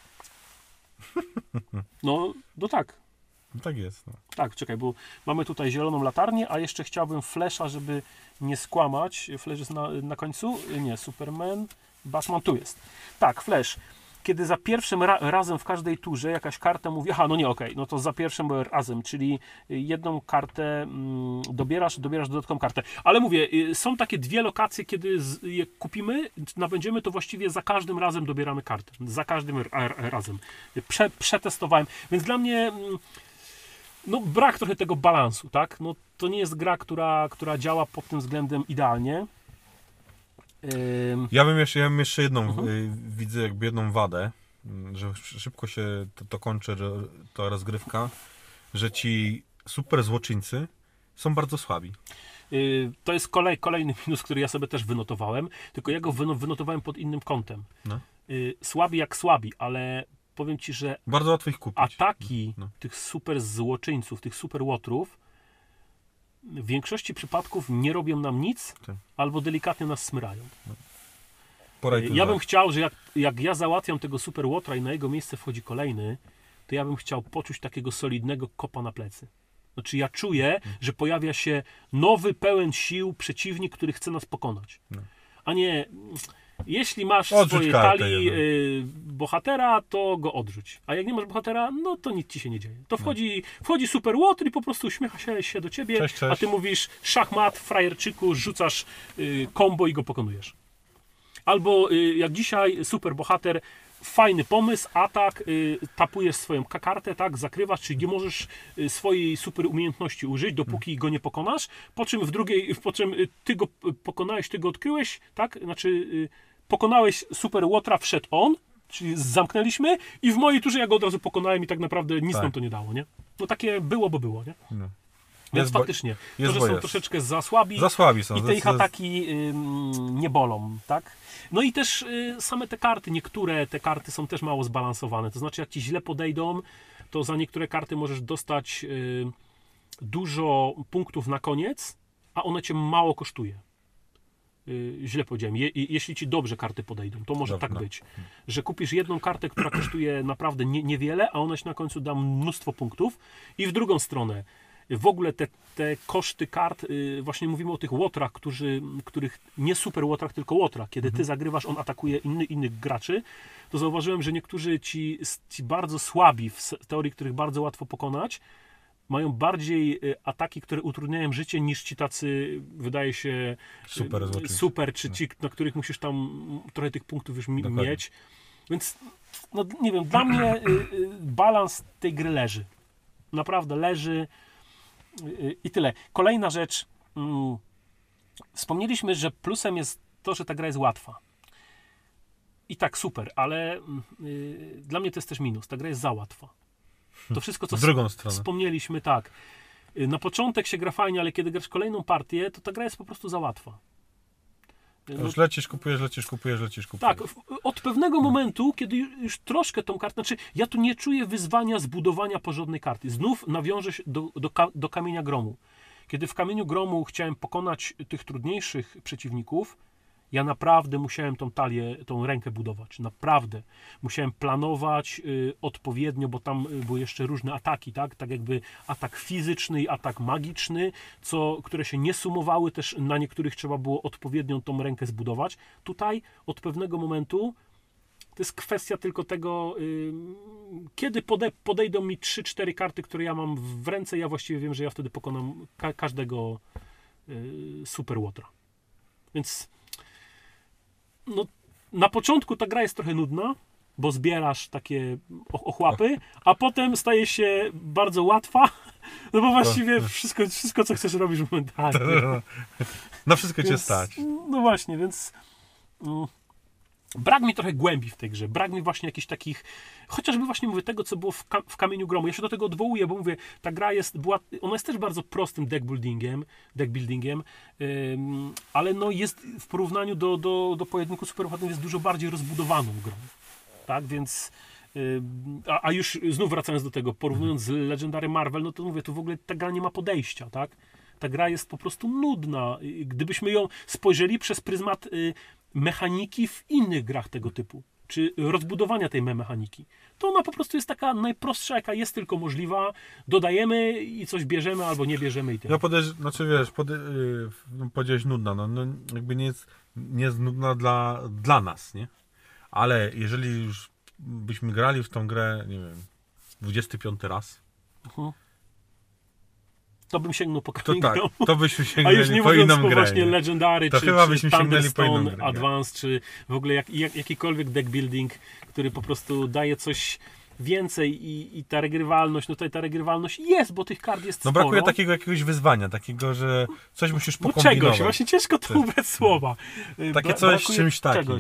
No tak. Tak jest. No. Tak, czekaj, bo mamy tutaj zieloną latarnię, a jeszcze chciałbym Flasha, żeby nie skłamać. Flash jest na końcu? Nie, Superman, Batman tu jest. Tak, Flash. Kiedy za pierwszym razem w każdej turze jakaś karta mówi, aha, no nie, okej, no to za pierwszym razem, czyli jedną kartę dobierasz dodatkową kartę. Ale mówię, są takie 2 lokacje, kiedy je kupimy, nabędziemy, to właściwie za każdym razem dobieramy kartę. Za każdym razem. Przetestowałem. Więc dla mnie... No brak trochę tego balansu, tak? No to nie jest gra, która działa pod tym względem idealnie. Ja bym jeszcze jedną, widzę jakby jedną wadę, że szybko się to kończy, ta rozgrywka, że ci super złoczyńcy są bardzo słabi. To jest kolejny minus, który ja sobie też wynotowałem, tylko ja go wynotowałem pod innym kątem. No. Słabi jak słabi, ale powiem ci, że bardzo łatwo ich kupić. Ataki tych super złoczyńców, tych super łotrów w większości przypadków nie robią nam nic, albo delikatnie nas smyrają. Ja bym chciał, że jak ja załatwiam tego super łotra i na jego miejsce wchodzi kolejny, to ja bym chciał poczuć takiego solidnego kopa na plecy. Znaczy ja czuję, że pojawia się nowy, pełen sił przeciwnik, który chce nas pokonać. A nie... Jeśli masz w swojej talii bohatera, to go odrzuć. A jak nie masz bohatera, no to nic ci się nie dzieje. To wchodzi super łotr i po prostu uśmiecha się do ciebie, cześć. A ty mówisz szachmat, frajerczyku, rzucasz combo i go pokonujesz. Albo jak dzisiaj super bohater, fajny pomysł, atak, tapujesz swoją kartę, tak, zakrywasz, czyli nie możesz swojej super umiejętności użyć, dopóki go nie pokonasz, po czym ty go pokonałeś, ty go odkryłeś, tak, znaczy pokonałeś super łotra, wszedł on, czyli zamknęliśmy i w mojej turze ja go od razu pokonałem i tak naprawdę nic nam to nie dało, nie? No takie było, bo było, nie? No. Więc faktycznie, to, że są troszeczkę za słabi są. I te ich ataki nie bolą, tak? No i też same te karty, niektóre te karty są też mało zbalansowane, to znaczy jak ci źle podejdą, to za niektóre karty możesz dostać dużo punktów na koniec, a one cię mało kosztuje. Źle powiedziałem, jeśli ci dobrze karty podejdą, to może tak być, że kupisz jedną kartę, która kosztuje naprawdę niewiele, a ona ci na końcu da mnóstwo punktów i w drugą stronę w ogóle te koszty kart, właśnie mówimy o tych łotrach, których nie super łotrach, tylko łotrach. Kiedy ty zagrywasz, on atakuje innych graczy, to zauważyłem, że niektórzy ci bardzo słabi w teorii, których bardzo łatwo pokonać, mają bardziej ataki, które utrudniają życie, niż ci tacy, wydaje się, super czy ci, na których musisz tam trochę tych punktów już mieć. Więc, no nie wiem, dla mnie balans tej gry leży. Naprawdę leży. I tyle. Kolejna rzecz. Wspomnieliśmy, że plusem jest to, że ta gra jest łatwa. I tak, super, ale dla mnie to jest też minus. Ta gra jest za łatwa. To wszystko, co wspomnieliśmy, tak. Na początek się gra fajnie, ale kiedy grasz kolejną partię, to ta gra jest po prostu za łatwa. Już lecisz, kupujesz. Tak, od pewnego momentu, kiedy już troszkę tą kartę, znaczy ja tu nie czuję wyzwania zbudowania porządnej karty. Znów nawiążę się do Kamienia Gromu. Kiedy w Kamieniu Gromu chciałem pokonać tych trudniejszych przeciwników, ja naprawdę musiałem tą talię, tą rękę budować. Naprawdę. Musiałem planować odpowiednio, bo tam były jeszcze różne ataki, tak? Tak jakby atak fizyczny i atak magiczny, które się nie sumowały, też na niektórych trzeba było odpowiednią tą rękę zbudować. Tutaj od pewnego momentu to jest kwestia tylko tego, kiedy podejdą mi 3-4 karty, które ja mam w ręce, ja właściwie wiem, że ja wtedy pokonam każdego Super Łotra. Więc no, na początku ta gra jest trochę nudna, bo zbierasz takie ochłapy, a potem staje się bardzo łatwa, no bo właściwie wszystko co chcesz robisz momentalnie. Na wszystko cię stać. No właśnie, więc brak mi trochę głębi w tej grze, brak mi właśnie jakichś takich, chociażby właśnie mówię tego, co było w Kamieniu Gromu. Ja się do tego odwołuję, bo mówię, ta gra ona jest też bardzo prostym deckbuildingiem, ale no jest w porównaniu do pojedynku superbohaterów jest dużo bardziej rozbudowaną grą. Tak, więc a już znów wracając do tego, porównując z Legendary Marvel, no to mówię, tu w ogóle ta gra nie ma podejścia, tak? Ta gra jest po prostu nudna. Gdybyśmy ją spojrzeli przez pryzmat mechaniki w innych grach tego typu, czy rozbudowania tej mechaniki, to ona po prostu jest taka najprostsza, jaka jest tylko możliwa. Dodajemy i coś bierzemy albo nie bierzemy i tyle. Ja powiedziałeś nudna, no jakby nie jest nudna dla nas, nie? Ale jeżeli już byśmy grali w tą grę, nie wiem, 25 raz, to bym sięgnął po Kamień Gromu. To byśmy A sięgnęli już nie po mówiąc inną po grę. właśnie Legendary, to czy chyba byśmy sięgnęli po inną Thunderstone grę. Advance, czy w ogóle jakikolwiek deck building, który po prostu daje coś więcej i ta regrywalność, no tutaj ta regrywalność jest, bo tych kart jest No sporo. brakuje takiego jakiegoś wyzwania, takiego, że coś musisz No pokombinować. czegoś, właśnie ciężko to ubrać słowa. Takie coś Brakuje czymś takim. czegoś.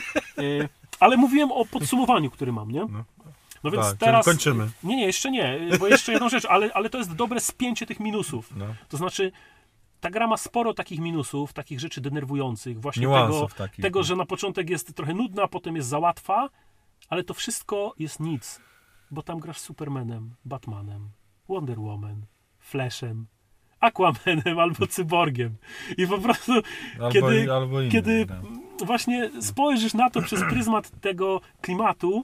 Ale mówiłem o podsumowaniu, który mam, nie? No więc tak, teraz... kończymy. Nie, jeszcze nie, bo jeszcze jedną rzecz, ale to jest dobre spięcie tych minusów. No. To znaczy, ta gra ma sporo takich minusów, takich rzeczy denerwujących. Właśnie Niuansów takich. tego, że na początek jest trochę nudna, a potem jest za łatwa, ale to wszystko jest nic, bo tam grasz Supermanem, Batmanem, Wonder Woman, Flashem, Aquamanem albo Cyborgiem. I po prostu, kiedy właśnie spojrzysz na to przez pryzmat tego klimatu,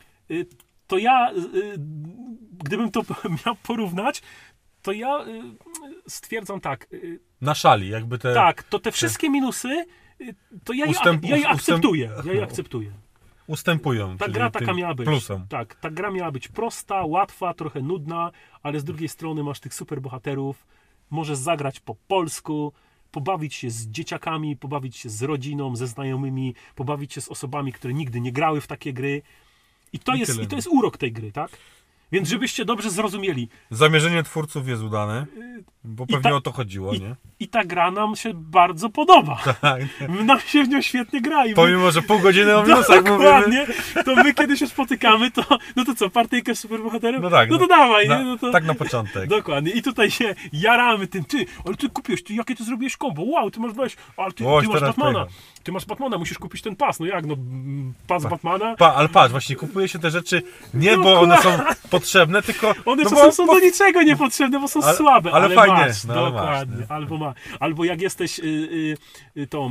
to ja, gdybym to miał porównać, to ja stwierdzam tak. Na szali, jakby te... Tak, to te wszystkie minusy, to ja je akceptuję. Ja je akceptuję. Ustępują. Ta gra taka miała być. Plusem. Tak, ta gra miała być prosta, łatwa, trochę nudna, ale z drugiej strony masz tych superbohaterów, możesz zagrać po polsku, pobawić się z dzieciakami, pobawić się z rodziną, ze znajomymi, pobawić się z osobami, które nigdy nie grały w takie gry. I to jest urok tej gry, tak? Więc żebyście dobrze zrozumieli. Zamierzenie twórców jest udane, bo pewnie o to chodziło, nie? I ta gra nam się bardzo podoba. Tak. Nam się w nią świetnie gra. Pomimo, że pół godziny o minusach dokładnie, mówimy. to my kiedy się spotykamy, no to co, partyjkę z superbohaterem? No tak. No to dawaj. No to... Tak na początek. Dokładnie. I tutaj się jaramy tym, ale ty kupiłeś, jakie ty zrobiłeś kombo? Wow, ty masz ty masz Batmana. Ty masz Batmana, musisz kupić ten pas. No jak, pas Batmana? Ale patrz, właśnie kupuje się te rzeczy nie, bo one są potrzebne, tylko... One czasem są do niczego niepotrzebne, bo są słabe. Ale fajnie. Masz, dokładnie. Albo jak jesteś tą...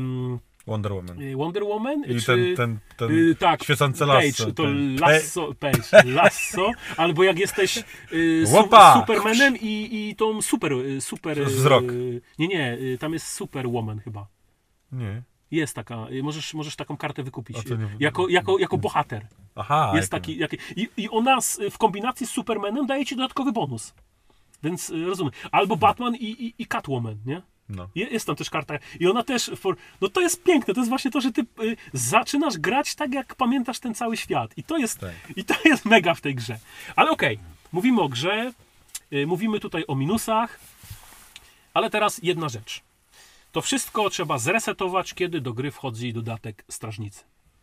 Wonder Woman? I czy, ten tak, świecące lasso. Page, to lasso, albo jak jesteś Supermanem i tą super wzrok. Nie, tam jest Superwoman chyba. Nie. Jest taka, możesz taką kartę wykupić. Nie... Jako bohater. Aha. Jest taki. I ona w kombinacji z Supermanem daje ci dodatkowy bonus. Więc rozumiem. Albo Batman i Catwoman, nie? No. Jest tam też karta. I ona też. No to jest piękne. To jest właśnie to, że ty zaczynasz grać tak, jak pamiętasz ten cały świat. I to jest mega w tej grze. Ale okej, mówimy o grze. Mówimy tutaj o minusach. Ale teraz jedna rzecz. To wszystko trzeba zresetować, kiedy do gry wchodzi dodatek Strażnicy.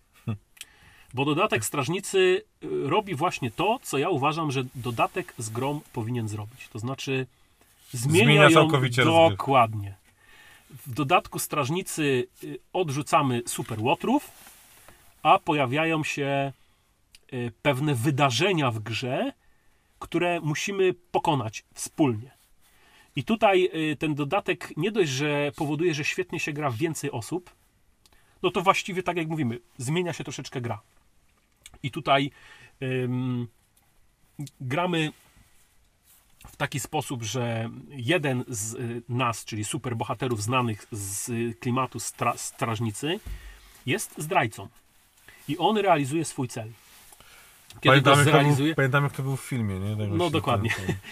Bo dodatek Strażnicy robi właśnie to, co ja uważam, że dodatek z grą powinien zrobić. To znaczy zmienia ją całkowicie dokładnie. W dodatku strażnicy odrzucamy super łotrów, a pojawiają się pewne wydarzenia w grze, które musimy pokonać wspólnie. I tutaj ten dodatek nie dość, że powoduje, że świetnie się gra w więcej osób, no to właściwie tak jak mówimy, zmienia się troszeczkę gra. I tutaj gramy w taki sposób, że jeden z nas, czyli superbohaterów znanych z klimatu strażnicy, jest zdrajcą. I on realizuje swój cel. Kiedy go zrealizuje... Pamiętam, jak to był w filmie, nie? No dokładnie.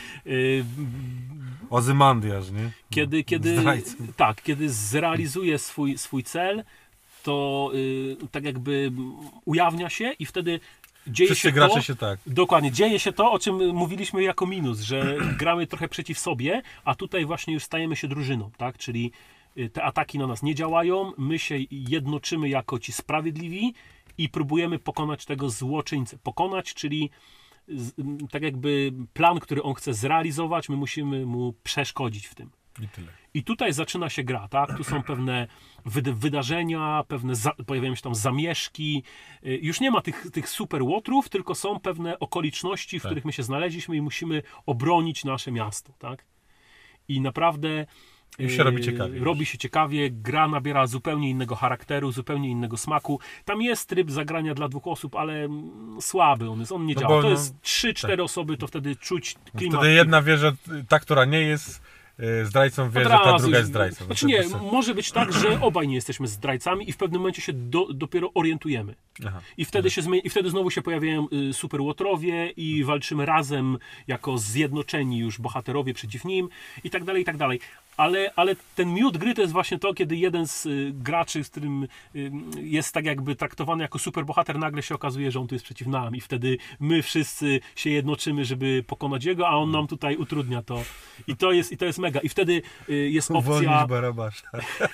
Ozymandiasz, nie? Kiedy zrealizuje swój cel, to tak jakby ujawnia się i wtedy dzieje Wszyscy się gracze to, się tak. Dokładnie, dzieje się to, o czym mówiliśmy jako minus, że gramy trochę przeciw sobie, a tutaj właśnie już stajemy się drużyną, tak? Czyli te ataki na nas nie działają, my się jednoczymy jako ci sprawiedliwi i próbujemy pokonać tego złoczyńcę. Pokonać, czyli tak jakby plan, który on chce zrealizować, my musimy mu przeszkodzić w tym. I tyle. I tutaj zaczyna się gra, tak? Tu są pewne wydarzenia, pojawiają się tam zamieszki. Już nie ma tych super łotrów, tylko są pewne okoliczności, w których my się znaleźliśmy i musimy obronić nasze miasto, tak? I naprawdę już się robi ciekawie. Robi się ciekawie, gra nabiera zupełnie innego charakteru, zupełnie innego smaku. Tam jest tryb zagrania dla 2 osób, ale słaby on nie działa. To jest 3-4 osoby, to wtedy czuć klimat. Wtedy jedna wie, że ta, która nie jest zdrajcą, wie, że ta druga jest zdrajcą. Znaczy nie, może być tak, że obaj nie jesteśmy zdrajcami i w pewnym momencie się dopiero orientujemy. Aha. I wtedy znowu się pojawiają super łotrowie i walczymy razem jako zjednoczeni już bohaterowie przeciw nim i tak dalej, i tak dalej. Ale ten miód gry to jest właśnie to, kiedy jeden z graczy, z którym jest tak jakby traktowany jako superbohater, nagle się okazuje, że on tu jest przeciw nam i wtedy my wszyscy się jednoczymy, żeby pokonać jego, a on nam tutaj utrudnia to. I to jest mega. I wtedy jest opcja... Uwolnić Barabasza.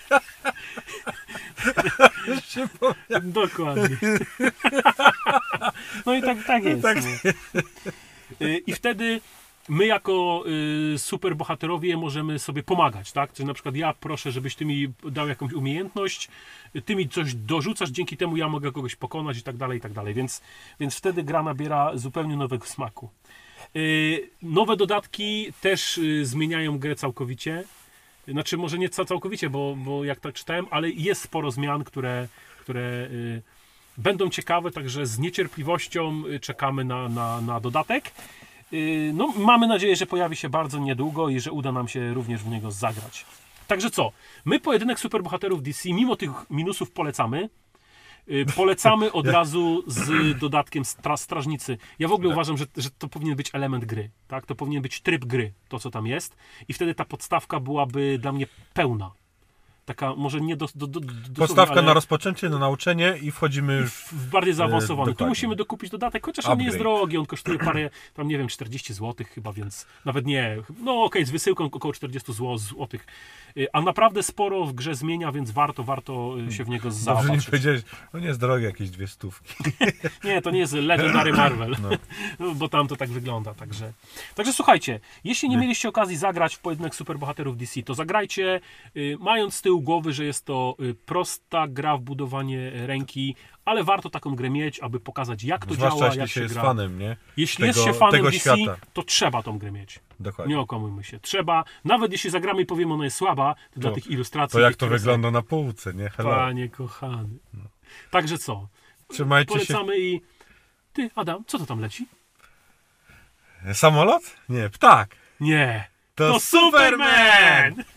Dokładnie. No i tak jest. Tak. I wtedy my jako superbohaterowie możemy sobie pomagać, tak? Czyli na przykład ja proszę, żebyś ty mi dał jakąś umiejętność, ty mi coś dorzucasz, dzięki temu ja mogę kogoś pokonać i tak dalej, i tak dalej. Więc wtedy gra nabiera zupełnie nowego smaku. Nowe dodatki też zmieniają grę całkowicie. Znaczy może nie całkowicie, bo jak tak czytałem, ale jest sporo zmian, które będą ciekawe, także z niecierpliwością czekamy na dodatek. No, mamy nadzieję, że pojawi się bardzo niedługo i że uda nam się również w niego zagrać. Także co? My pojedynek superbohaterów DC, mimo tych minusów polecamy. Polecamy od razu z dodatkiem strażnicy. Ja w ogóle uważam, że to powinien być element gry. Tak? To powinien być tryb gry, to co tam jest. I wtedy ta podstawka byłaby dla mnie pełna. Taka może nie podstawka ale na rozpoczęcie, na nauczenie i wchodzimy już w bardziej zaawansowany. Tu dokładnie. musimy dokupić dodatek, chociaż on nie jest drogi, on kosztuje parę, tam nie wiem, 40 zł chyba, więc nawet nie, no okej, z wysyłką około 40 zł. A naprawdę sporo w grze zmienia, więc warto się w niego zaopatrzyć. Dobrze nie powiedziałeś, on jest drogi, jakieś 2 stówki. Nie, to nie jest Legendary Marvel, no. Bo tam to tak wygląda, także słuchajcie, jeśli nie mieliście okazji zagrać w pojedynek superbohaterów DC, to zagrajcie, mając z tyłu głowy, że jest to prosta gra w budowanie ręki, ale warto taką grę mieć, aby pokazać, jak to zwłaszcza działa, jeśli jak się jest gra. fanem, nie? Jeśli jest się fanem DC, świata. to trzeba tą grę mieć. Dokładnie. Nie okłamujmy się. Trzeba, nawet jeśli zagramy i powiemy, ona jest słaba, to dla tych ilustracji... To jak to wygląda na półce, nie? Hello. Panie kochany. Także co? Trzymajcie Polecamy się. i... Ty, Adam, co to tam leci? Samolot? Nie, ptak. Nie. To Superman!